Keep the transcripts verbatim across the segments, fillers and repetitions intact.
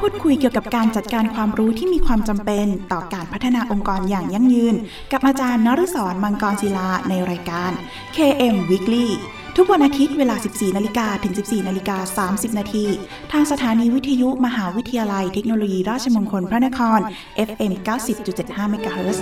พูดคุยเกี่ยวกับการจัดการความรู้ที่มีความจำเป็นต่อการพัฒนาองค์กรอย่างยั่งยืนกับอาจารย์นฤศร มังกรศิลาในรายการ เค เอ็ม Weekly ทุกวันอาทิตย์เวลา สิบสี่นาฬิกา ถึง สิบสี่นาฬิกาสามสิบนาทีทางสถานีวิทยุมหาวิทยาลัยเทคโนโลยีราชมงคลพระนคร เอฟ เอ็ม เก้าสิบจุดเจ็ดห้า เมกะเฮิรตซ์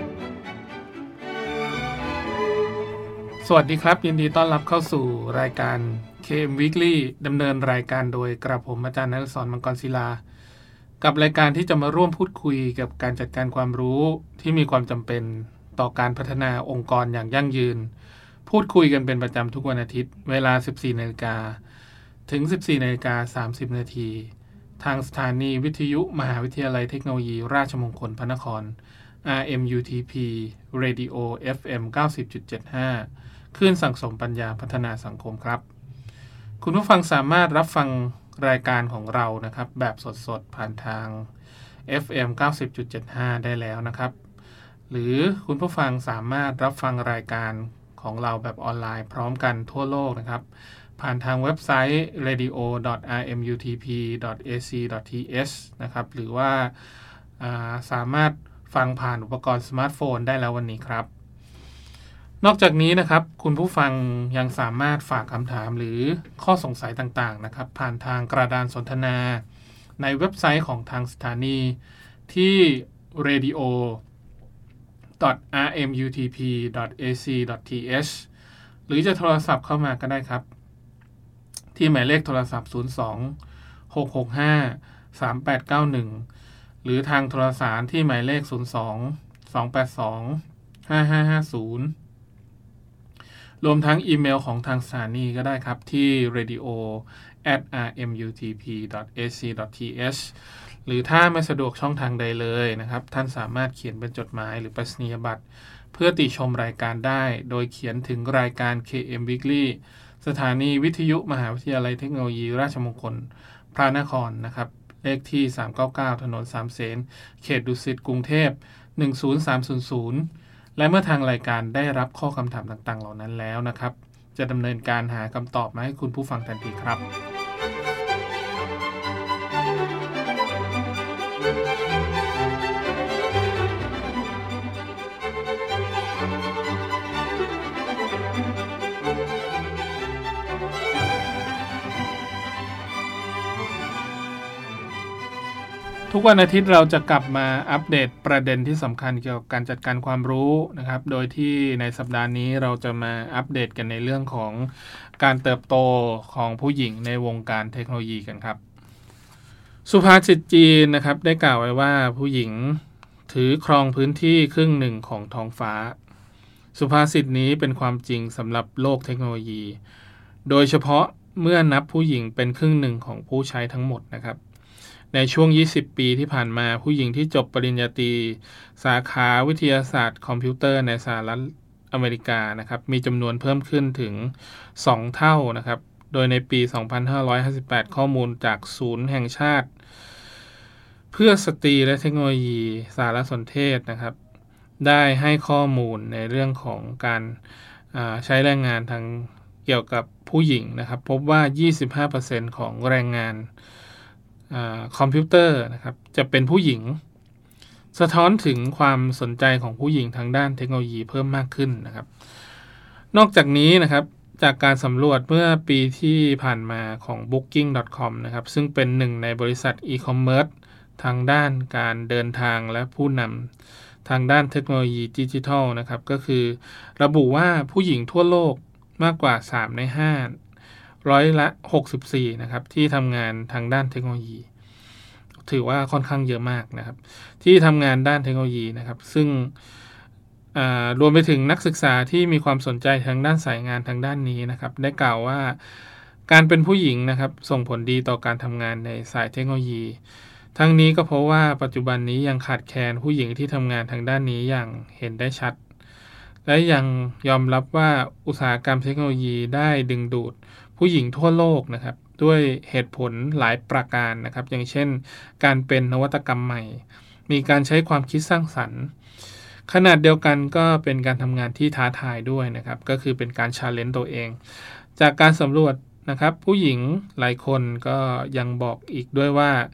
สวัสดีครับยินดีต้อนรับเข้าสู่รายการ เค เอ็ม Weekly ดำเนินรายการโดยกระผมอาจารย์นฤศร มังกรศิลากับรายการที่จะมาร่วมพูดคุยกับการจัดการความรู้ที่มีความจำเป็นต่อการพัฒนาองค์กรอย่างยั่งยืนพูดคุยกันเป็นประจำทุกวันอาทิตย์เวลา สิบสี่นาฬิกา ถึง สิบสี่นาฬิกาสามสิบนาทีทางสถานีวิทยุมหาวิทยาลัยเทคโนโลยีราชมงคลพระนคร อาร์ เอ็ม ยู ที พี Radio เอฟ เอ็ม เก้าสิบจุดเจ็ดห้า คลื่นสั่งสมปัญญาพัฒนาสังคมครับคุณผู้ฟังสามารถรับฟังรายการของเรานะครับแบบสดๆผ่านทาง เอฟ เอ็ม เก้าสิบจุดเจ็ดห้า ได้แล้วนะครับหรือคุณผู้ฟังสามารถรับฟังรายการของเราแบบออนไลน์พร้อมกันทั่วโลกนะครับผ่านทางเว็บไซต์ เรดิโอ ดอท อาร์ เอ็ม ยู ที พี ดอท เอ ซี ดอท ที เอช นะครับหรือว่าสามารถฟังผ่านอุปกรณ์สมาร์ทโฟนได้แล้ววันนี้ครับนอกจากนี้นะครับคุณผู้ฟังยังสามารถฝากคำถามหรือข้อสงสัยต่างๆนะครับผ่านทางกระดานสนทนาในเว็บไซต์ของทางสถานีที่ เรดิโอ ดอท อาร์ เอ็ม ยู ที พี ดอท เอ ซี ดอท ที เอช หรือจะโทรศัพท์เข้ามาก็ได้ครับที่หมายเลขโทรศัพท์ ศูนย์ สอง หก หก ห้า สาม แปด เก้า หนึ่ง หรือทางโทรสารที่หมายเลข ศูนย์ สอง สอง แปด สอง ห้า ห้า ห้า ศูนย์รวมทั้งอีเมลของทางสถานีก็ได้ครับที่ เรดิโอ แอท อาร์ เอ็ม ยู ที พี ดอท เอ ซี ดอท ที เอช หรือถ้าไม่สะดวกช่องทางใดเลยนะครับท่านสามารถเขียนเป็นจดหมายหรือไปรษณียบัตรเพื่อติชมรายการได้โดยเขียนถึงรายการ เค เอ็ม Weekly สถานีวิทยุมหาวิทยาลัยเทคโนโลยีราชมงคลพระนครนะครับเลขที่สามเก้าเก้าถนนสามเสนเขตดุสิตกรุงเทพหนึ่งศูนย์สามศูนย์ศูนย์และเมื่อทางรายการได้รับข้อคำถามต่างๆเหล่านั้นแล้วนะครับจะดำเนินการหาคำตอบมาให้คุณผู้ฟังทันทีครับทุกวันอาทิตย์เราจะกลับมาอัปเดตประเด็นที่สำคัญเกี่ยวกับการจัดการความรู้นะครับโดยที่ในสัปดาห์นี้เราจะมาอัปเดตกันในเรื่องของการเติบโตของผู้หญิงในวงการเทคโนโลยีกันครับสุภาษิตจีนนะครับได้กล่าวไว้ว่าผู้หญิงถือครองพื้นที่ครึ่งหนึ่งของท้องฟ้าสุภาษิตนี้เป็นความจริงสำหรับโลกเทคโนโลยีโดยเฉพาะเมื่อนับผู้หญิงเป็นครึ่งหนึ่งของผู้ใช้ทั้งหมดนะครับในช่วงยี่สิบปีที่ผ่านมาผู้หญิงที่จบปริญญาตรีสาขาวิทยาศาสตร์คอมพิวเตอร์ในสหรัฐอเมริกานะครับมีจำนวนเพิ่มขึ้นถึงสองเท่านะครับโดยในปีสองพันห้าร้อยห้าสิบแปดข้อมูลจากศูนย์แห่งชาติเพื่อสตรีและเทคโนโลยีสารสนเทศนะครับได้ให้ข้อมูลในเรื่องของการใช้แรงงานทางเกี่ยวกับผู้หญิงนะครับพบว่า ยี่สิบห้าเปอร์เซ็นต์ ของแรงงานคอมพิวเตอร์นะครับจะเป็นผู้หญิงสะท้อนถึงความสนใจของผู้หญิงทางด้านเทคโนโลยีเพิ่มมากขึ้นนะครับนอกจากนี้นะครับจากการสำรวจเมื่อปีที่ผ่านมาของ บุ๊กกิ้ง ดอท คอม นะครับซึ่งเป็นหนึ่งในบริษัทอีคอมเมิร์ซทางด้านการเดินทางและผู้นำทางด้านเทคโนโลยีดิจิทัลนะครับก็คือระบุว่าผู้หญิงทั่วโลกมากกว่าสามในห้าร้อยละหกสิบสี่นะครับที่ทำงานทางด้านเทคโนโลยีถือว่าค่อนข้างเยอะมากนะครับที่ทำงานด้านเทคโนโลยีนะครับซึ่งรวมไปถึงนักศึกษาที่มีความสนใจทางด้านสายงานทางด้านนี้นะครับได้กล่าวว่าการเป็นผู้หญิงนะครับส่งผลดีต่อการทำงานในสายเทคโนโลยีทั้งนี้ก็เพราะว่าปัจจุบันนี้ยังขาดแคลนผู้หญิงที่ทำงานทางด้านนี้อย่างเห็นได้ชัดและยังยอมรับว่าอุตสาหกรรมเทคโนโลยีได้ดึงดูดผู้หญิงทั่วโลกนะครับด้วยเหตุผลหลายประการนะครับอย่างเช่นการเป็นนวัตกรรมใหม่มีการใช้ความคิดสร้างสรรค์ขนาดเดียวกันก็เป็นการทำงานที่ท้าทายด้วยนะครับก็คือเป็นการ challenge ตัวเองจากการสำรวจนะครับผู้หญิงหลายคนก็ยังบอกอีกด้วยว่า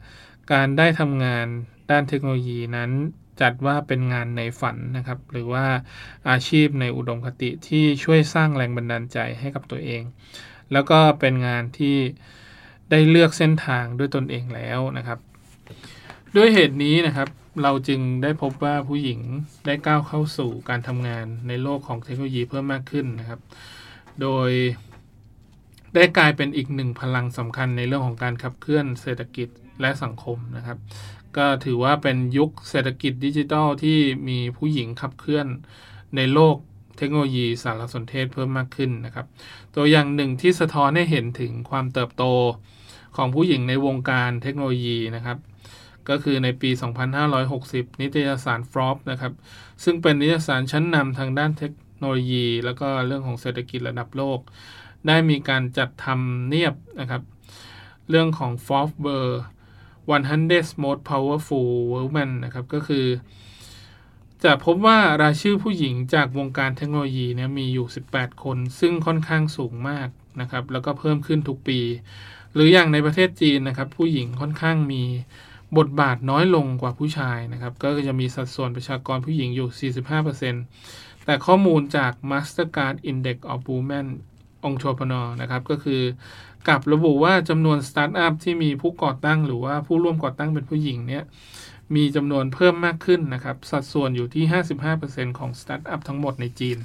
การได้ทำงานด้านเทคโนโลยีนั้นจัดว่าเป็นงานในฝันนะครับหรือว่าอาชีพในอุดมคติที่ช่วยสร้างแรงบันดาลใจให้กับตัวเองแล้วก็เป็นงานที่ได้เลือกเส้นทางด้วยตนเองแล้วนะครับด้วยเหตุนี้นะครับเราจึงได้พบว่าผู้หญิงได้ก้าวเข้าสู่การทำงานในโลกของเทคโนโลยีเพิ่มมากขึ้นนะครับโดยได้กลายเป็นอีกหนึ่งพลังสำคัญในเรื่องของการขับเคลื่อนเศรษฐกิจและสังคมนะครับก็ถือว่าเป็นยุคเศรษฐกิจดิจิทัลที่มีผู้หญิงขับเคลื่อนในโลกเทคโนโลยีสารสนเทศเพิ่มมากขึ้นนะครับตัวอย่างหนึ่งที่สะท้อนให้เห็นถึงความเติบโตของผู้หญิงในวงการเทคโนโลยีนะครับก็คือในปี สองพันห้าร้อยหกสิบ นิตยสาร Forbes นะครับซึ่งเป็นนิตยสารชั้นนำทางด้านเทคโนโลยีแล้วก็เรื่องของเศรษฐกิจระดับโลกได้มีการจัดทำเนียบนะครับเรื่องของ Forbes หนึ่งร้อย Most Powerful Women นะครับก็คือจะพบว่ารายชื่อผู้หญิงจากวงการเทคโนโลยีเนี่ยมีอยู่สิบแปดคนซึ่งค่อนข้างสูงมากนะครับแล้วก็เพิ่มขึ้นทุกปีหรืออย่างในประเทศจีนนะครับผู้หญิงค่อนข้างมีบทบาทน้อยลงกว่าผู้ชายนะครับก็จะมีสัดส่วนประชากรผู้หญิงอยู่ สี่สิบห้าเปอร์เซ็นต์ แต่ข้อมูลจาก Mastercard Index of Women Entrepreneur นะครับก็คือกับระบุว่าจำนวนสตาร์ทอัพที่มีผู้ก่อตั้งหรือว่าผู้ร่วมก่อตั้งเป็นผู้หญิงเนี่ยมีจำนวนเพิ่มมากขึ้นนะครับสัดส่วนอยู่ที่ ห้าสิบห้าเปอร์เซ็นต์ ของสตาร์ทอัพทั้งหมดในจีน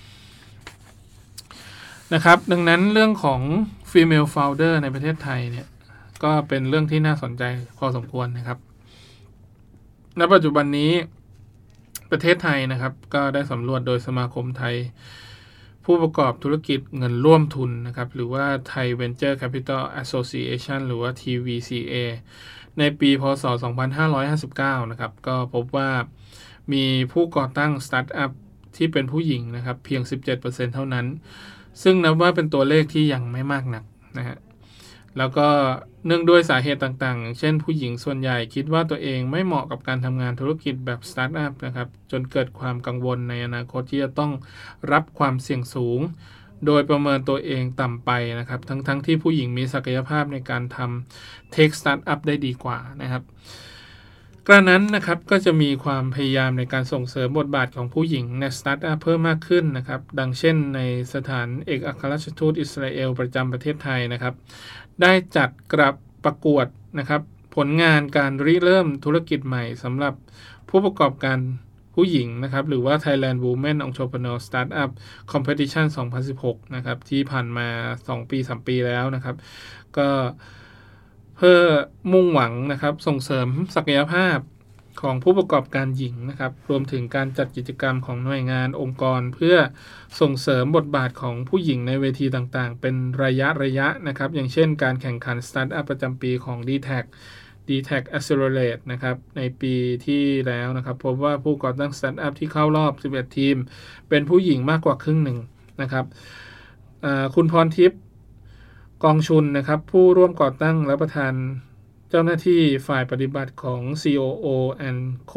นะครับดังนั้นเรื่องของ Female Founder ในประเทศไทยเนี่ยก็เป็นเรื่องที่น่าสนใจพอสมควรนะครับณปัจจุบันนี้ประเทศไทยนะครับก็ได้สำรวจโดยสมาคมไทยผู้ประกอบธุรกิจเงินร่วมทุนนะครับหรือว่า Thai Venture Capital Association หรือว่า ที วี ซี เอ ในปีพ.ศ. สองพันห้าร้อยห้าสิบเก้านะครับก็พบว่ามีผู้ก่อตั้งสตาร์ทอัพที่เป็นผู้หญิงนะครับเพียง สิบเจ็ดเปอร์เซ็นต์ เท่านั้นซึ่งนับว่าเป็นตัวเลขที่ยังไม่มากนักนะฮะแล้วก็เนื่องด้วยสาเหตุต่างๆอย่างเช่นผู้หญิงส่วนใหญ่คิดว่าตัวเองไม่เหมาะกับการทำงานธุรกิจแบบสตาร์ทอัพนะครับจนเกิดความกังวลในอนาคตที่จะต้องรับความเสี่ยงสูงโดยประเมินตัวเองต่ำไปนะครับทั้งๆ ท, ที่ผู้หญิงมีศักยภาพในการทำเทคสตาร์ทอัพได้ดีกว่านะครับกระนั้นนะครับก็จะมีความพยายามในการส่งเสริมบทบาทของผู้หญิงในสตาร์ทอัพเพิ่มมากขึ้นนะครับดังเช่นในสถานเอกอัครราชทูตอิสราเอลประจำประเทศไทยนะครับได้จัดกระประกวดนะครับผลงานการริเริ่มธุรกิจใหม่สำหรับผู้ประกอบการผู้หญิงนะครับหรือว่า Thailand Women Entrepreneur Startup Competition สองพันสิบหกนะครับที่ผ่านมาสองปีสามปีแล้วนะครับก็เพื่อมุ่งหวังนะครับส่งเสริมศักยภาพของผู้ประกอบการหญิงนะครับรวมถึงการจัดกิจกรรมของหน่วยงานองค์กรเพื่อส่งเสริมบทบาทของผู้หญิงในเวทีต่างๆเป็นระยะระยะนะครับอย่างเช่นการแข่งขันสตาร์ทอัพประจำปีของ ดี แท็ก ดี แท็ก Accelerate นะครับในปีที่แล้วนะครับพบว่าผู้ก่อตั้งสตาร์ทอัพที่เข้ารอบสิบเอ็ดทีมเป็นผู้หญิงมากกว่าครึ่งหนึ่งนะครับคุณพรทิพย์กองชุนนะครับผู้ร่วมก่อตั้งและประธานเจ้าหน้าที่ฝ่ายปฏิบัติของ ซี โอ โอ and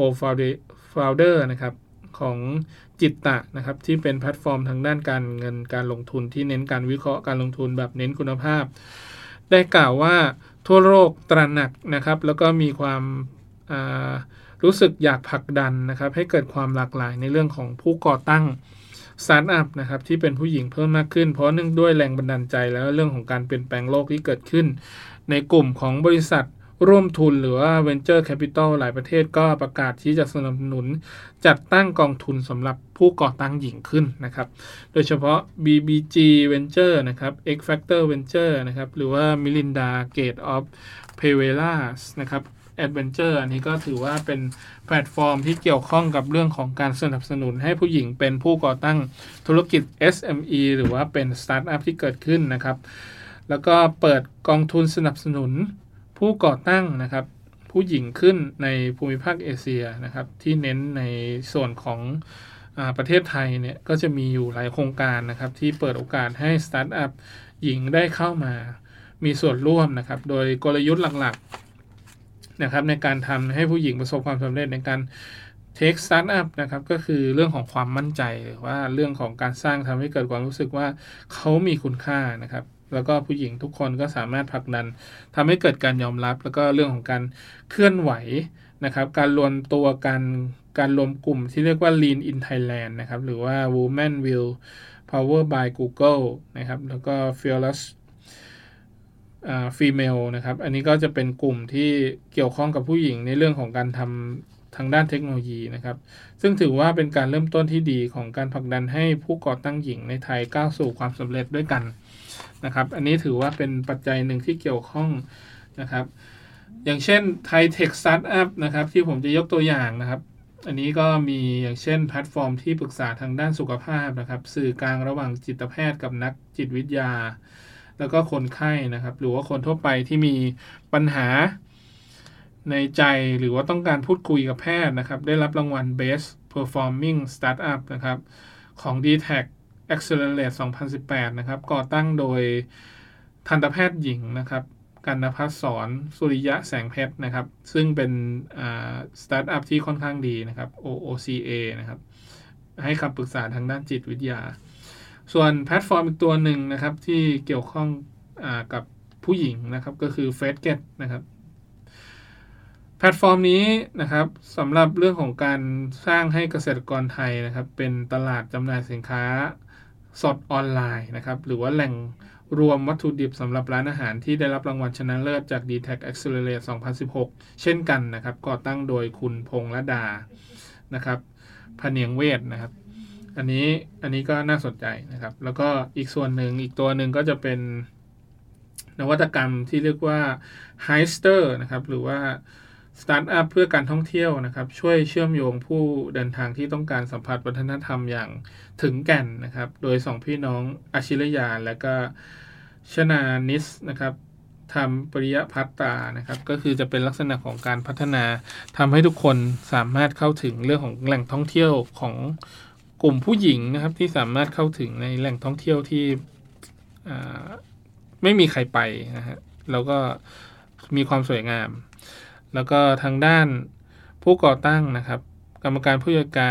Co-founder นะครับของจิตตะนะครับที่เป็นแพลตฟอร์มทางด้านการเงินการลงทุนที่เน้นการวิเคราะห์การลงทุนแบบเน้นคุณภาพได้กล่าวว่าทั่วโลกตระหนักนะครับแล้วก็มีความรู้สึกอยากผลักดันนะครับให้เกิดความหลากหลายในเรื่องของผู้ก่อตั้งสตาร์ทอัพนะครับที่เป็นผู้หญิงเพิ่มมากขึ้นเพราะเนื่องด้วยแรงบันดาลใจแล้วเรื่องของการเปลี่ยนแปลงโลกที่เกิดขึ้นในกลุ่มของบริษัทร่วมทุนหรือว่า Venture Capital หลายประเทศก็ประกาศที่จะสนับสนุนจัดตั้งกองทุนสำหรับผู้ก่อตั้งหญิงขึ้นนะครับโดยเฉพาะ บี บี จี Venture นะครับ X Factor Venture นะครับหรือว่า Melinda Gates of Pevelas นะครับ Adventure อันนี้ก็ถือว่าเป็นแพลตฟอร์มที่เกี่ยวข้องกับเรื่องของการสนับสนุนให้ผู้หญิงเป็นผู้ก่อตั้งธุรกิจ เอส เอ็ม อี หรือว่าเป็นสตาร์ทอัพที่เกิดขึ้นนะครับแล้วก็เปิดกองทุนสนับสนุนผู้ก่อตั้งนะครับผู้หญิงขึ้นในภูมิภาคเอเชียนะครับที่เน้นในส่วนของอาประเทศไทยเนี่ยก็จะมีอยู่หลายโครงการนะครับที่เปิดโอกาสให้สตาร์ทอัพหญิงได้เข้ามามีส่วนร่วมนะครับโดยกลยุทธ์หลักๆนะครับในการทำให้ผู้หญิงประสบความสำเร็จในการเทคสตาร์ทอัพนะครับก็คือเรื่องของความมั่นใจหรือว่าเรื่องของการสร้างทำให้เกิดความรู้สึกว่าเขามีคุณค่านะครับแล้วก็ผู้หญิงทุกคนก็สามารถผลักดันทำให้เกิดการยอมรับแล้วก็เรื่องของการเคลื่อนไหวนะครับการรวมตัวกันการรวมกลุ่มที่เรียกว่า Lean in Thailand นะครับหรือว่า Women Will Power by Google นะครับแล้วก็ Fearless uh, Female นะครับอันนี้ก็จะเป็นกลุ่มที่เกี่ยวข้องกับผู้หญิงในเรื่องของการทำทางด้านเทคโนโลยีนะครับซึ่งถือว่าเป็นการเริ่มต้นที่ดีของการผลักดันให้ผู้ก่อตั้งหญิงในไทยก้าวสู่ความสำเร็จด้วยกันนะครับอันนี้ถือว่าเป็นปัจจัยหนึ่งที่เกี่ยวข้องนะครับอย่างเช่นไทยเทคสตาร์ทอัพนะครับที่ผมจะยกตัวอย่างนะครับอันนี้ก็มีอย่างเช่นแพลตฟอร์มที่ปรึกษาทางด้านสุขภาพนะครับสื่อกลางระหว่างจิตแพทย์กับนักจิตวิทยาแล้วก็คนไข้นะครับหรือว่าคนทั่วไปที่มีปัญหาในใจหรือว่าต้องการพูดคุยกับแพทย์นะครับได้รับรางวัล Best Performing Startup นะครับของ ดี แท็ก Accelerate สองพันสิบแปดนะครับก่อตั้งโดยทันตแพทย์หญิงนะครับกันนภัสสรสุริยะแสงเพชรนะครับซึ่งเป็นอ่าสตาร์ทอัพที่ค่อนข้างดีนะครับ โอ โอ ซี เอ นะครับให้คำปรึกษาทางด้านจิตวิทยาส่วนแพลตฟอร์มอีกตัวหนึ่งนะครับที่เกี่ยวข้องอ่ากับผู้หญิงนะครับก็คือ FaceGet นะครับแพลตฟอร์มนี้นะครับสำหรับเรื่องของการสร้างให้เกษตรกรไทยนะครับเป็นตลาดจำหน่ายสินค้าสดออนไลน์นะครับหรือว่าแหล่งรวมวัตถุดิบสำหรับร้านอาหารที่ได้รับรางวัลชนะเลิศจาก ดี แท็ก Accelerate สองพันสิบหกเช่นกันนะครับก่อตั้งโดยคุณพงษ์ระดานะครับพเนียงเวชนะครับอันนี้อันนี้ก็น่าสนใจนะครับแล้วก็อีกส่วนหนึ่งอีกตัวหนึ่งก็จะเป็นนวัตกรรมที่เรียกว่า Heister นะครับหรือว่าสตาร์ทอัพเพื่อการท่องเที่ยวนะครับช่วยเชื่อมโยงผู้เดินทางที่ต้องการสัมผัสวัฒนธรรมอย่างถึงแก่นนะครับโดยสองพี่น้องอาชิรยาและก็ชนานิสนะครับทำปริยพัตตานะครับก็คือจะเป็นลักษณะของการพัฒนาทำให้ทุกคนสามารถเข้าถึงเรื่องของแหล่งท่องเที่ยวของกลุ่มผู้หญิงนะครับที่สามารถเข้าถึงในแหล่งท่องเที่ยวที่ไม่มีใครไปนะฮะแล้วก็มีความสวยงามแล้วก็ทางด้านผู้ก่อตั้งนะครับกรรมการผู้จัดการ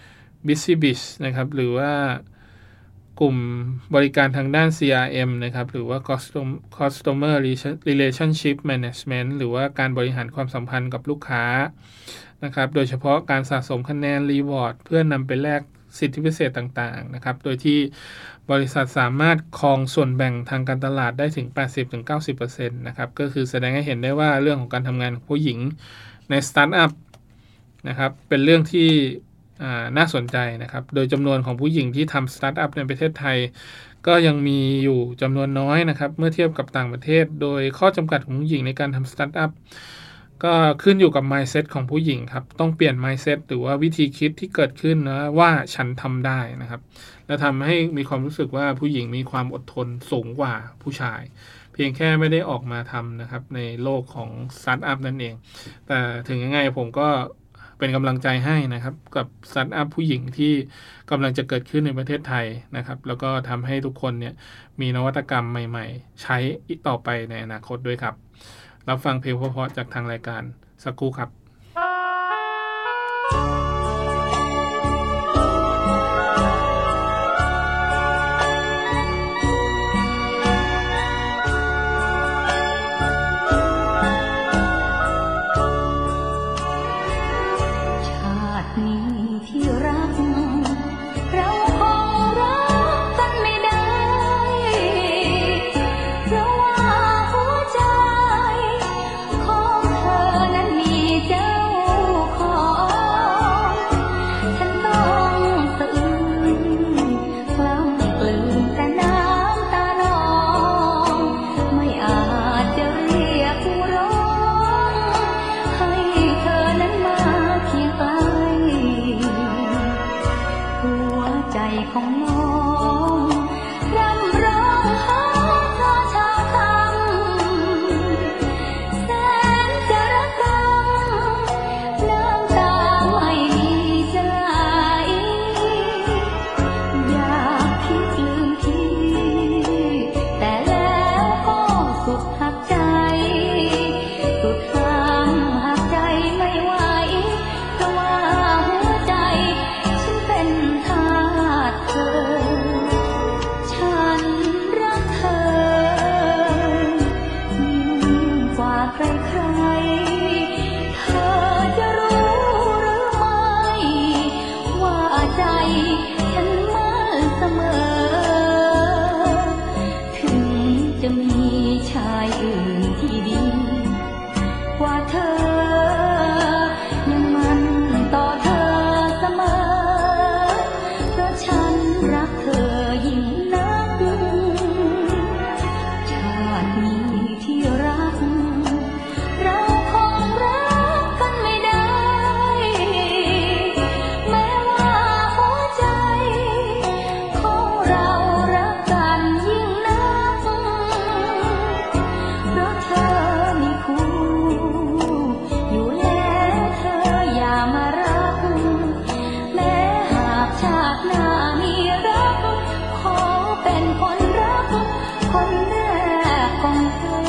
Bizibiz นะครับหรือว่ากลุ่มบริการทางด้าน ซี อาร์ เอ็ม นะครับหรือว่า Customer Relationship Management หรือว่าการบริหารความสัมพันธ์กับลูกค้านะครับโดยเฉพาะการสะสมคะแนน Reward เพื่อนำไปแลกสิทธิพิเศษต่างๆนะครับโดยที่บริษัทสามารถครองส่วนแบ่งทางการตลาดได้ถึง แปดสิบถึงเก้าสิบเปอร์เซ็นต์ นะครับก็คือแสดงให้เห็นได้ว่าเรื่องของการทำงานของผู้หญิงในสตาร์ทอัพนะครับเป็นเรื่องที่น่าสนใจนะครับโดยจำนวนของผู้หญิงที่ทำสตาร์ทอัพในประเทศไทยก็ยังมีอยู่จำนวนน้อยนะครับเมื่อเทียบกับต่างประเทศโดยข้อจำกัดของผู้หญิงในการทำสตาร์ทอัพก็ขึ้นอยู่กับ mindset ของผู้หญิงครับต้องเปลี่ยน mindset หรือว่าวิธีคิดที่เกิดขึ้นนะว่าฉันทำได้นะครับและทำให้มีความรู้สึกว่าผู้หญิงมีความอดทนสูงกว่าผู้ชายเพียงแค่ไม่ได้ออกมาทำนะครับในโลกของสตาร์ทอัพนั่นเองแต่ถึงยังไงผมก็เป็นกำลังใจให้นะครับกับสตาร์ทอัพผู้หญิงที่กำลังจะเกิดขึ้นในประเทศไทยนะครับแล้วก็ทำให้ทุกคนเนี่ยมีนวัตกรรมใหม่ๆใช้อีกต่อไปในอนาคตด้วยครับรับฟังเพลงเพราะๆจากทางรายการสักครู่ครับเธออื่นที่ดีกว่าเธอยังมันต่อเธอเสมอเพราะฉันรักเธอยิ่งนักชาตินี้ที่รักเราคงรักกันไม่ได้แม้ว่าหัวใจของเรารักกันยิ่งนักเพราะเธอมีคู่อยู่แล้วเธออย่ามารักแม้หากชาติหน้ามีรักขอเป็นคนรักคนแรกของเธอ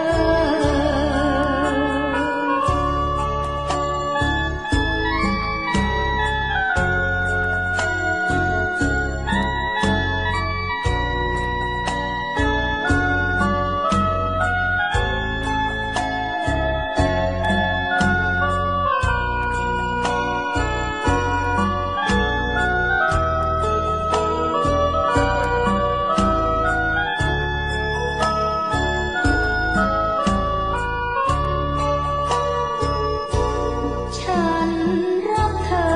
ฉันรักเธอ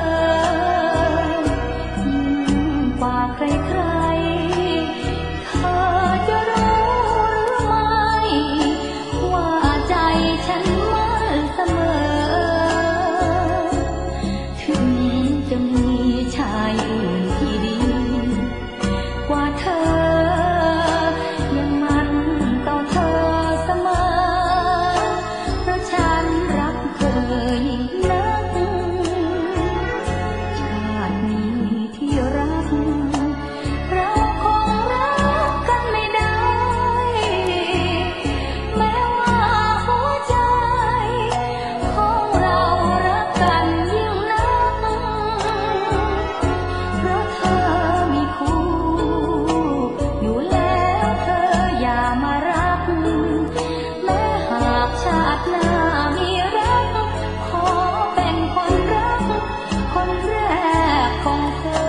ยิ่งกว่าใครๆเธอจะรู้หรือไม่ว่าใจฉันมั่นเสมอถึงจะมีชายอื่นที่ดีกว่าเธอยังมันต่อเธอเสมอเพราะฉันรักเธอยิ่งนักชาตินี้ที่รักเราคงรักกันไม่ได้แม้ว่าหัวใจของเรารักกันยิ่งนักเพราะเธอมีคู่อยู่แล้วเธออย่ามารักแม้หากชาติหน้ามีรักขอเป็นคนรักคนแรกของเธอ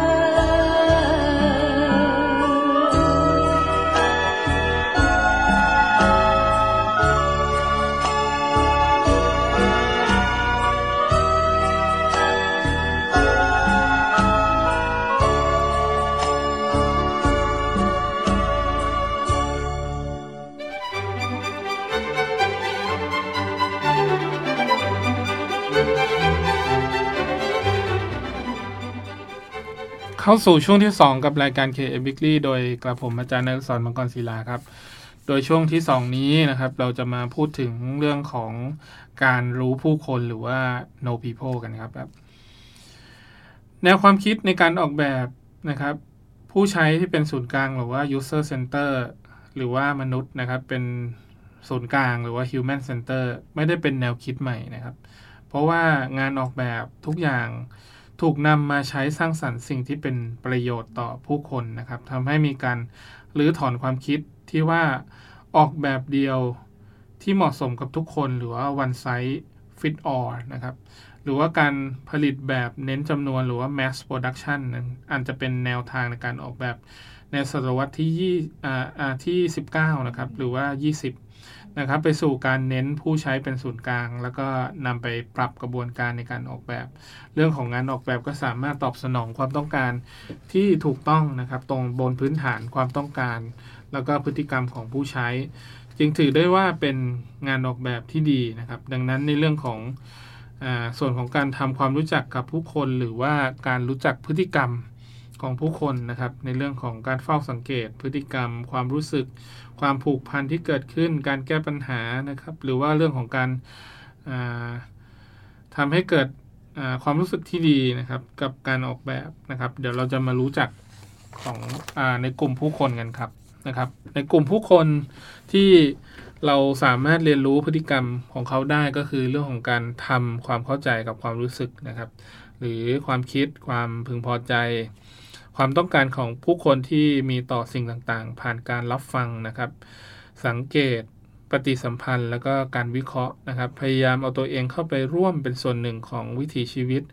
เข้าสู่ช่วงที่สองกับรายการ เค เอ็ม Weekly โดยกระผมอาจารย์นฤศร มังกรศิลาครับโดยช่วงที่สองนี้นะครับเราจะมาพูดถึงเรื่องของการรู้ผู้คนหรือว่า know people กันครับแบบแนวความคิดในการออกแบบนะครับผู้ใช้ที่เป็นศูนย์กลางหรือว่า user center หรือว่ามนุษย์นะครับเป็นศูนย์กลางหรือว่า human center ไม่ได้เป็นแนวคิดใหม่นะครับเพราะว่างานออกแบบทุกอย่างถูกนำมาใช้สร้างสรรค์สิ่งที่เป็นประโยชน์ต่อผู้คนนะครับทำให้มีการรื้อถอนความคิดที่ว่าออกแบบเดียวที่เหมาะสมกับทุกคนหรือว่า one size fit all นะครับหรือว่าการผลิตแบบเน้นจำนวนหรือว่า mass production นั้นอาจจะเป็นแนวทางในการออกแบบในศตวรรษที่ยี่อ่าอ่าที่สิบเก้านะครับหรือว่ายี่สิบนะครับไปสู่การเน้นผู้ใช้เป็นศูนย์กลางแล้วก็นำไปปรับกระบวนการในการออกแบบเรื่องของงานออกแบบก็สามารถตอบสนองความต้องการที่ถูกต้องนะครับตรงบนพื้นฐานความต้องการแล้วก็พฤติกรรมของผู้ใช้จึงถือได้ว่าเป็นงานออกแบบที่ดีนะครับดังนั้นในเรื่องของอ่าส่วนของการทำความรู้จักกับผู้คนหรือว่าการรู้จักพฤติกรรมของผู้คนนะครับในเรื่องของการเฝ้าสังเกตพฤติกรรมความรู้สึกความผูกพันที่เกิดขึ้นการแก้ปัญหานะครับหรือว่าเรื่องของการทำให้เกิดความรู้สึกที่ดีนะครับกับการออกแบบนะครับเดี๋ยวเราจะมารู้จักของอ่าในกลุ่มผู้คนกันครับนะครับในกลุ่มผู้คนที่เราสามารถเรียนรู้พฤติกรรมของเขาได้ก็คือเรื่องของการทำความเข้าใจกับความรู้สึกนะครับหรือความคิดความพึงพอใจความต้องการของผู้คนที่มีต่อสิ่งต่างๆผ่านการรับฟังนะครับสังเกตปฏิสัมพันธ์แล้วก็การวิเคราะห์นะครับพยายามเอาตัวเองเข้าไปร่วมเป็นส่วนหนึ่งของวิถีชีวิต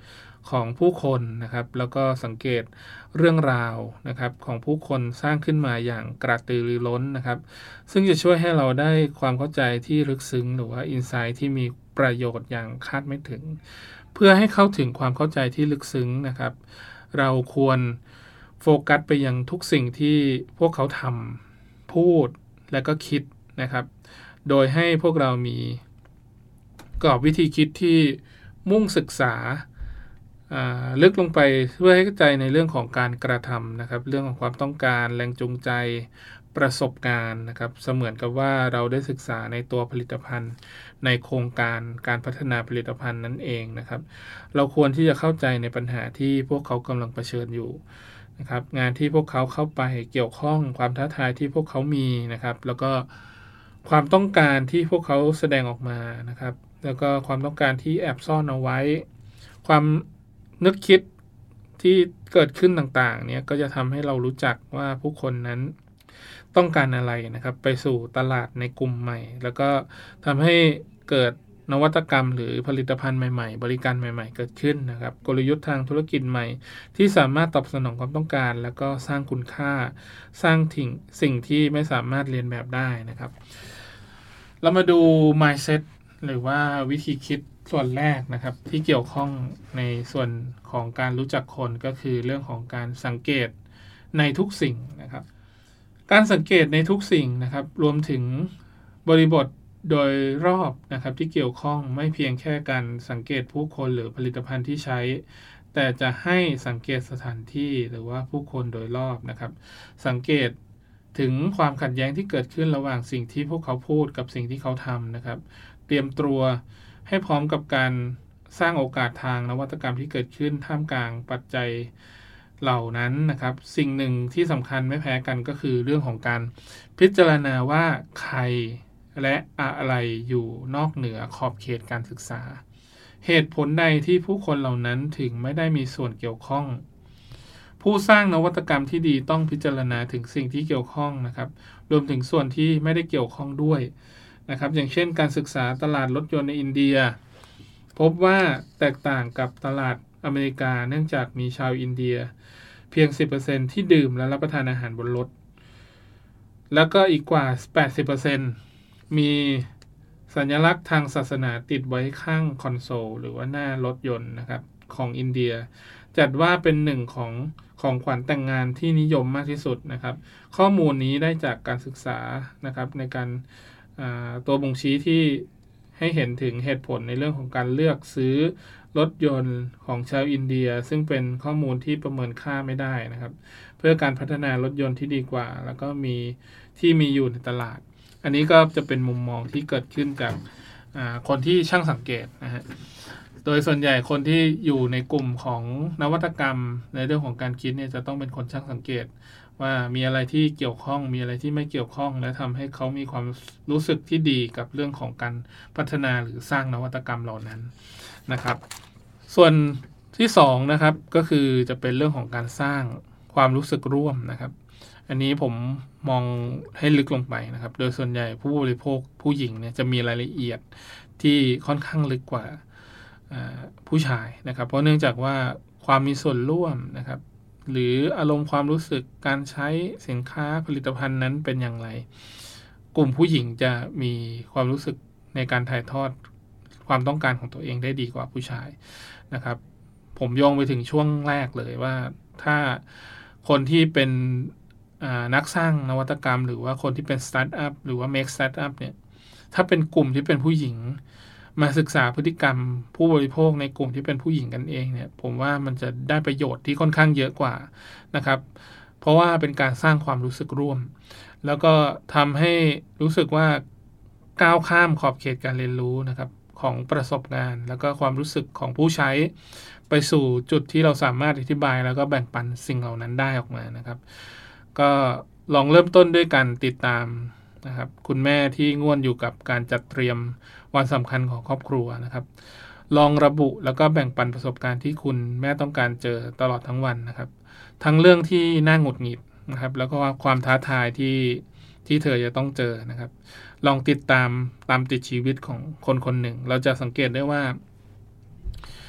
ของผู้คนนะครับแล้วก็สังเกตเรื่องราวนะครับของผู้คนสร้างขึ้นมาอย่างกระตือรือร้นนะครับซึ่งจะช่วยให้เราได้ความเข้าใจที่ลึกซึ้งหรือว่าอินไซต์ที่มีประโยชน์อย่างคาดไม่ถึงเพื่อให้เข้าถึงความเข้าใจที่ลึกซึ้งนะครับเราควรโฟกัสไปยังทุกสิ่งที่พวกเขาทำพูดและก็คิดนะครับโดยให้พวกเรามีกรอบวิธีคิดที่มุ่งศึกษาลึกลงไปเพื่อให้เข้าใจในเรื่องของการกระทำนะครับเรื่องของความต้องการแรงจูงใจประสบการณ์นะครับเสมือนกับว่าเราได้ศึกษาในตัวผลิตภัณฑ์ในโครงการการพัฒนาผลิตภัณฑ์นั่นเองนะครับเราควรที่จะเข้าใจในปัญหาที่พวกเขากำลังเผชิญอยู่นะครับงานที่พวกเขาเข้าไปเกี่ยวข้องความท้าทายที่พวกเขามีนะครับแล้วก็ความต้องการที่พวกเขาแสดงออกมานะครับแล้วก็ความต้องการที่แอบซ่อนเอาไว้ความนึกคิดที่เกิดขึ้นต่างๆเนี่ยก็จะทำให้เรารู้จักว่าผู้คนนั้นต้องการอะไรนะครับไปสู่ตลาดในกลุ่มใหม่แล้วก็ทำให้เกิดนวัตกรรมหรือผลิตภัณฑ์ใหม่ๆบริการใหม่ๆเกิดขึ้นนะครับกลยุทธ์ทางธุรกิจใหม่ที่สามารถตอบสนองความต้องการแล้วก็สร้างคุณค่าสร้างถิ่งสิ่งที่ไม่สามารถเรียนแบบได้นะครับเรามาดู mindset หรือว่าวิธีคิดส่วนแรกนะครับที่เกี่ยวข้องในส่วนของการรู้จักคนก็คือเรื่องของการสังเกตในทุกสิ่งนะครับการสังเกตในทุกสิ่งนะครับรวมถึงบริบทโดยรอบนะครับที่เกี่ยวข้องไม่เพียงแค่การสังเกตผู้คนหรือผลิตภัณฑ์ที่ใช้แต่จะให้สังเกตสถานที่หรือว่าผู้คนโดยรอบนะครับสังเกตถึงความขัดแย้งที่เกิดขึ้นระหว่างสิ่งที่พวกเขาพูดกับสิ่งที่เขาทำนะครับเตรียมตัวให้พร้อมกับการสร้างโอกาสทางนวัตกรรมที่เกิดขึ้นท่ามกลางปัจจัยเหล่านั้นนะครับสิ่งหนึ่งที่สำคัญไม่แพ้กันก็คือเรื่องของการพิจารณาว่าใครและอะไรอยู่นอกเหนือขอบเขตการศึกษาเหตุผลใดที่ผู้คนเหล่านั้นถึงไม่ได้มีส่วนเกี่ยวข้องผู้สร้างนวัตกรรมที่ดีต้องพิจารณาถึงสิ่งที่เกี่ยวข้องนะครับรวมถึงส่วนที่ไม่ได้เกี่ยวข้องด้วยนะครับอย่างเช่นการศึกษาตลาดรถยนต์ในอินเดียพบว่าแตกต่างกับตลาดอเมริกาเนื่องจากมีชาวอินเดียเพียง สิบเปอร์เซ็นต์ ที่ดื่มและรับประทานอาหารบนรถแล้วก็อีกกว่า แปดสิบเปอร์เซ็นต์ มีสัญลักษณ์ทางศาสนาติดไว้ข้างคอนโซลหรือว่าหน้ารถยนต์นะครับของอินเดียจัดว่าเป็นหนึ่งของของขวัญแต่งงานที่นิยมมากที่สุดนะครับข้อมูลนี้ได้จากการศึกษานะครับในการตัวบ่งชี้ที่ให้เห็นถึงเหตุผลในเรื่องของการเลือกซื้อรถยนต์ของชาวอินเดียซึ่งเป็นข้อมูลที่ประเมินค่าไม่ได้นะครับเพื่อการพัฒนารถยนต์ที่ดีกว่าแล้วก็มีที่มีอยู่ในตลาดอันนี้ก็จะเป็นมุมมองที่เกิดขึ้นจากคนที่ช่างสังเกตนะฮะโดยส่วนใหญ่คนที่อยู่ในกลุ่มของนวัตกรรมในเรื่องของการคิดเนี่ยจะต้องเป็นคนช่างสังเกตว่ามีอะไรที่เกี่ยวข้องมีอะไรที่ไม่เกี่ยวข้องและทำให้เขามีความรู้สึกที่ดีกับเรื่องของการพัฒนาหรือสร้างนวัตกรรมเหล่านั้นนะครับส่วนที่สองนะครับก็คือจะเป็นเรื่องของการสร้างความรู้สึกร่วมนะครับอันนี้ผมมองให้ลึกลงไปนะครับโดยส่วนใหญ่ผู้บริโภคผู้หญิงเนี่ยจะมีรายละเอียดที่ค่อนข้างลึกกว่าผู้ชายนะครับเพราะเนื่องจากว่าความมีส่วนร่วมนะครับหรืออารมณ์ความรู้สึกการใช้สินค้าผลิตภัณฑ์นั้นเป็นอย่างไรกลุ่มผู้หญิงจะมีความรู้สึกในการถ่ายทอดความต้องการของตัวเองได้ดีกว่าผู้ชายนะครับผมโยงไปถึงช่วงแรกเลยว่าถ้าคนที่เป็นนักสร้างนวัตกรรมหรือว่าคนที่เป็นสตาร์ทอัพหรือว่า make startup เนี่ยถ้าเป็นกลุ่มที่เป็นผู้หญิงมาศึกษาพฤติกรรมผู้บริโภคในกลุ่มที่เป็นผู้หญิงกันเองเนี่ยผมว่ามันจะได้ประโยชน์ที่ค่อนข้างเยอะกว่านะครับเพราะว่าเป็นการสร้างความรู้สึกร่วมแล้วก็ทำให้รู้สึกว่าก้าวข้ามขอบเขตการเรียนรู้นะครับของประสบการณ์แล้วก็ความรู้สึกของผู้ใช้ไปสู่จุดที่เราสามารถอธิบายแล้วก็แบ่งปันสิ่งเหล่านั้นได้ออกมานะครับก็ลองเริ่มต้นด้วยการติดตามนะครับคุณแม่ที่ง่วนอยู่กับการจัดเตรียมวันสำคัญของครอบครัวนะครับลองระบุแล้วก็แบ่งปันประสบการณ์ที่คุณแม่ต้องการเจอตลอดทั้งวันนะครับทั้งเรื่องที่น่าหงุดหงิดนะครับแล้วก็ความท้าทายที่ที่เธอจะต้องเจอนะครับลองติดตามตามติดชีวิตของคนคนหนึ่งเราจะสังเกตได้ว่า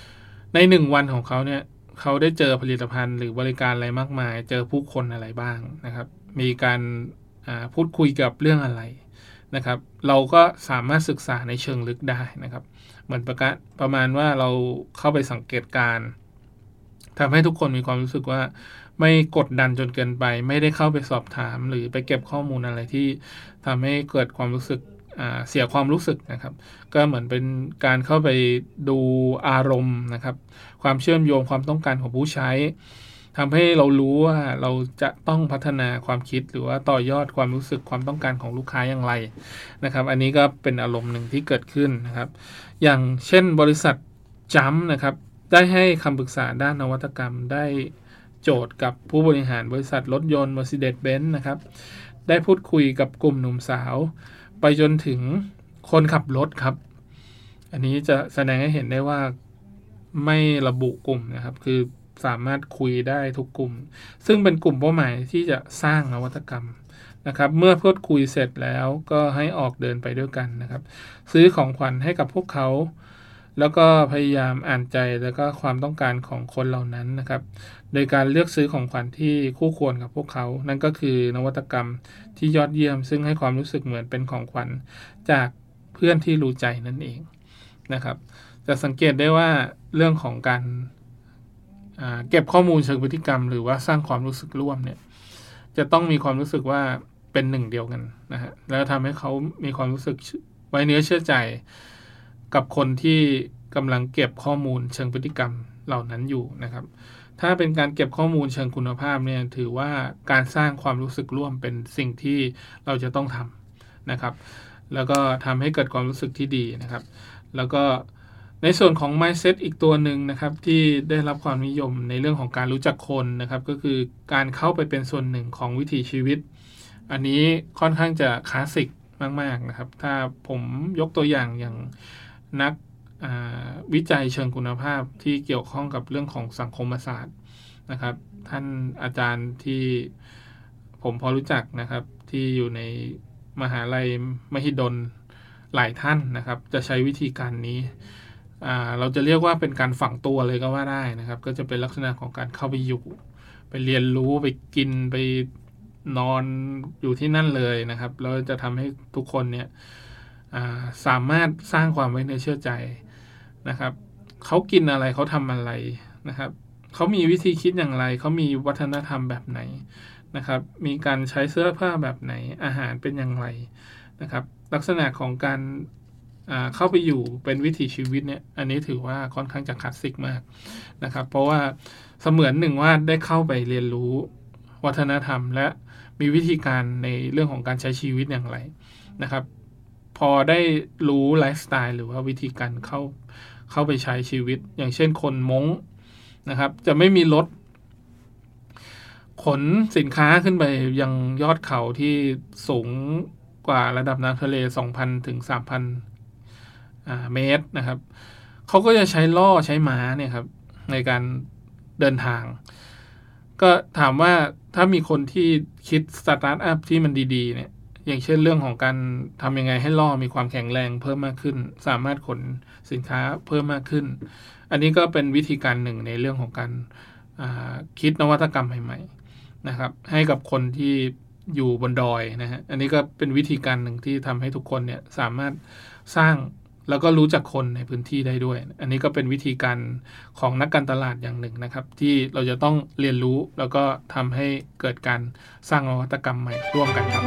ในหนึ่งวันของเขาเนี่ยเขาได้เจอผลิตภัณฑ์หรือบริการอะไรมากมายเจอผู้คนอะไรบ้างนะครับมีการพูดคุยกับเรื่องอะไรนะครับเราก็สามารถศึกษาในเชิงลึกได้นะครับเหมือนประกาศประมาณว่าเราเข้าไปสังเกตการทำให้ทุกคนมีความรู้สึกว่าไม่กดดันจนเกินไปไม่ได้เข้าไปสอบถามหรือไปเก็บข้อมูลอะไรที่ทำให้เกิดความรู้สึกเสียความรู้สึกนะครับก็เหมือนเป็นการเข้าไปดูอารมณ์นะครับความเชื่อมโยงความต้องการของผู้ใช้ทำให้เรารู้ว่าเราจะต้องพัฒนาความคิดหรือว่าต่อยอดความรู้สึกความต้องการของลูกค้าอย่างไรนะครับอันนี้ก็เป็นอารมณ์หนึ่งที่เกิดขึ้นนะครับอย่างเช่นบริษัทจัมป์นะครับได้ให้คำปรึกษาด้านนวัตกรรมได้โจทย์กับผู้บริหารบริษัทรถยนต์ Mercedes-Benz นะครับได้พูดคุยกับกลุ่มหนุ่มสาวไปจนถึงคนขับรถครับอันนี้จะแสดงให้เห็นได้ว่าไม่ระบุกลุ่มนะครับคือสามารถคุยได้ทุกกลุ่มซึ่งเป็นกลุ่มเป้าหมายที่จะสร้างนวัตกรรมนะครับเมื่อพูดคุยเสร็จแล้วก็ให้ออกเดินไปด้วยกันนะครับซื้อของขวัญให้กับพวกเขาแล้วก็พยายามอ่านใจแล้วก็ความต้องการของคนเหล่านั้นนะครับโดยการเลือกซื้อของขวัญที่คู่ควรกับพวกเขานั่นก็คือนวัตกรรมที่ยอดเยี่ยมซึ่งให้ความรู้สึกเหมือนเป็นของขวัญจากเพื่อนที่รู้ใจนั่นเองนะครับจะสังเกตได้ว่าเรื่องของการเก็บข้อมูลเชิงพฤติกรรมหรือว่าสร้างความรู้สึกร่วมเนี่ยจะต้องมีความรู้สึกว่าเป็นหนึ่งเดียวกันนะฮะแล้วทำให้เขามีความรู้สึกไว้เนื้อเชื่อใจกับคนที่กำลังเก็บข้อมูลเชิงพฤติกรรมเหล่านั้นอยู่นะครับถ้าเป็นการเก็บข้อมูลเชิงคุณภาพเนี่ยถือว่าการสร้างความรู้สึกร่วมเป็นสิ่งที่เราจะต้องทำนะครับแล้วก็ทำให้เกิดความรู้สึกที่ดีนะครับแล้วก็ในส่วนของ mindset อีกตัวหนึ่งนะครับที่ได้รับความนิยมในเรื่องของการรู้จักคนนะครับก็คือการเข้าไปเป็นส่วนหนึ่งของวิถีชีวิตอันนี้ค่อนข้างจะคลาสสิกมากๆนะครับถ้าผมยกตัวอย่างอย่างนักวิจัยเชิงคุณภาพที่เกี่ยวข้องกับเรื่องของสังคมศาสตร์นะครับท่านอาจารย์ที่ผมพอรู้จักนะครับที่อยู่ในมหาลัยมหิดลหลายท่านนะครับจะใช้วิธีการนี้เราจะเรียกว่าเป็นการฝังตัวเลยก็ว่าได้นะครับก็จะเป็นลักษณะของการเข้าไปอยู่ไปเรียนรู้ไปกินไปนอนอยู่ที่นั่นเลยนะครับแล้วจะทำให้ทุกคนเนี่ยสามารถสร้างความไว้เนื้อเชื่อใจนะครับเขากินอะไรเขาทำอะไรนะครับเขามีวิธีคิดอย่างไรเขามีวัฒนธรรมแบบไหนนะครับมีการใช้เสื้อผ้าแบบไหนอาหารเป็นอย่างไรนะครับลักษณะของการเข้าไปอยู่เป็นวิถีชีวิตเนี่ยอันนี้ถือว่าค่อนข้างจะคลาสสิกมากนะครับเพราะว่าเสมือนหนึ่งว่าได้เข้าไปเรียนรู้วัฒนธรรมและมีวิธีการในเรื่องของการใช้ชีวิตอย่างไรนะครับพอได้รู้ไลฟ์สไตล์หรือว่าวิธีการเข้าเข้าไปใช้ชีวิตอย่างเช่นคนม้งนะครับจะไม่มีรถขนสินค้าขึ้นไปยังยอดเขาที่สูงกว่าระดับน้ำทะเล สองพัน ถึง สามพัน อ่าเมตรนะครับเขาก็จะใช้ล่อใช้ม้าเนี่ยครับในการเดินทางก็ถามว่าถ้ามีคนที่คิดสตาร์ทอัพที่มันดีๆเนี่ยอย่างเช่นเรื่องของการทำยังไงให้ล่อมีความแข็งแรงเพิ่มมากขึ้นสามารถขนสินค้าเพิ่มมากขึ้นอันนี้ก็เป็นวิธีการหนึ่งในเรื่องของการคิดนวัตกรรมใหม่ๆนะครับให้กับคนที่อยู่บนดอยนะฮะอันนี้ก็เป็นวิธีการหนึ่งที่ทำให้ทุกคนเนี่ยสามารถสร้างแล้วก็รู้จักคนในพื้นที่ได้ด้วยอันนี้ก็เป็นวิธีการของนักการตลาดอย่างหนึ่งนะครับที่เราจะต้องเรียนรู้แล้วก็ทำให้เกิดการสร้างนวัตกรรมใหม่ร่วมกันครับ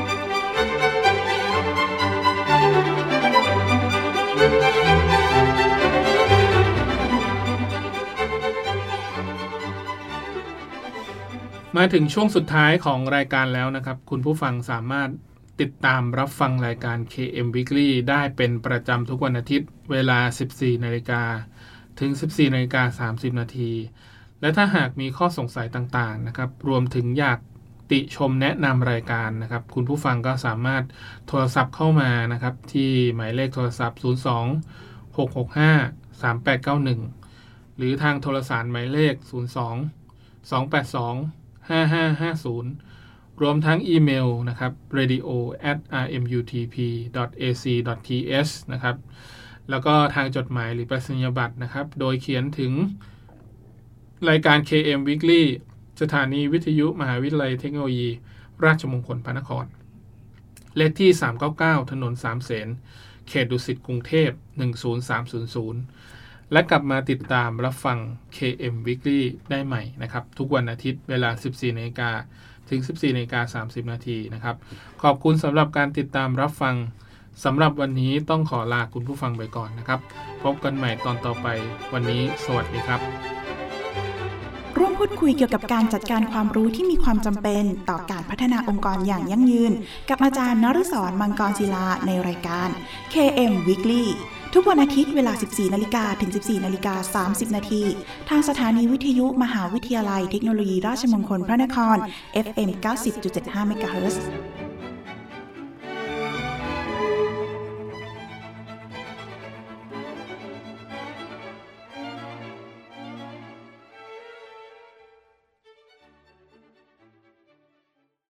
มาถึงช่วงสุดท้ายของรายการแล้วนะครับคุณผู้ฟังสามารถติดตามรับฟังรายการ เค เอ็ม Weekly ได้เป็นประจำทุกวันอาทิตย์เวลา สิบสี่นาฬิกา ถึง สิบสี่นาฬิกาสามสิบนาที และถ้าหากมีข้อสงสัยต่างๆนะครับรวมถึงอยากติชมแนะนำรายการนะครับคุณผู้ฟังก็สามารถโทรศัพท์เข้ามานะครับที่หมายเลขโทรศัพท์ ศูนย์ สอง หก หก ห้า สาม แปด เก้า หนึ่ง หรือทางโทรสารหมายเลข ศูนย์ สอง สอง แปด สอง ห้า ห้า ห้า ศูนย์ รวมทั้งอีเมลนะครับ radio at r m u t p dot a c dot t h นะครับแล้วก็ทางจดหมายหรือไปรษณียบัตรนะครับโดยเขียนถึงรายการ เค เอ็ม Weekly สถานีวิทยุมหาวิทยาลัยเทคโนโลยีราชมงคลพระนครเลขที่สามเก้าเก้าถนนสามเสนเขตดุสิตกรุงเทพหนึ่งศูนย์สามศูนย์ศูนย์และกลับมาติดตามรับฟัง เค เอ็ม Weekly ได้ใหม่นะครับทุกวันอาทิตย์เวลา สิบสี่นาฬิกา ถึง สิบสี่นาฬิกาสามสิบนาทีนะครับขอบคุณสำหรับการติดตามรับฟังสำหรับวันนี้ต้องขอลาคุณผู้ฟังไปก่อนนะครับพบกันใหม่ตอนต่อไปวันนี้สวัสดีครับร่วมพูดคุยเกี่ยวกับการจัดการความรู้ที่มีความจำเป็นต่อการพัฒนาองค์กรอย่างยั่งยืนกับอาจารย์นฤศรมังกรศิลาในรายการ เค เอ็ม Weekly ทุกวันอาทิตย์เวลา สิบสี่นาฬิกา ถึง สิบสี่นาฬิกาสามสิบนาทีทางสถานีวิทยุมหาวิทยาลัยเทคโนโลยีราชมงคลพระนคร เอฟ เอ็ม เก้าสิบจุดเจ็ดห้า เมกะเฮิรตซ์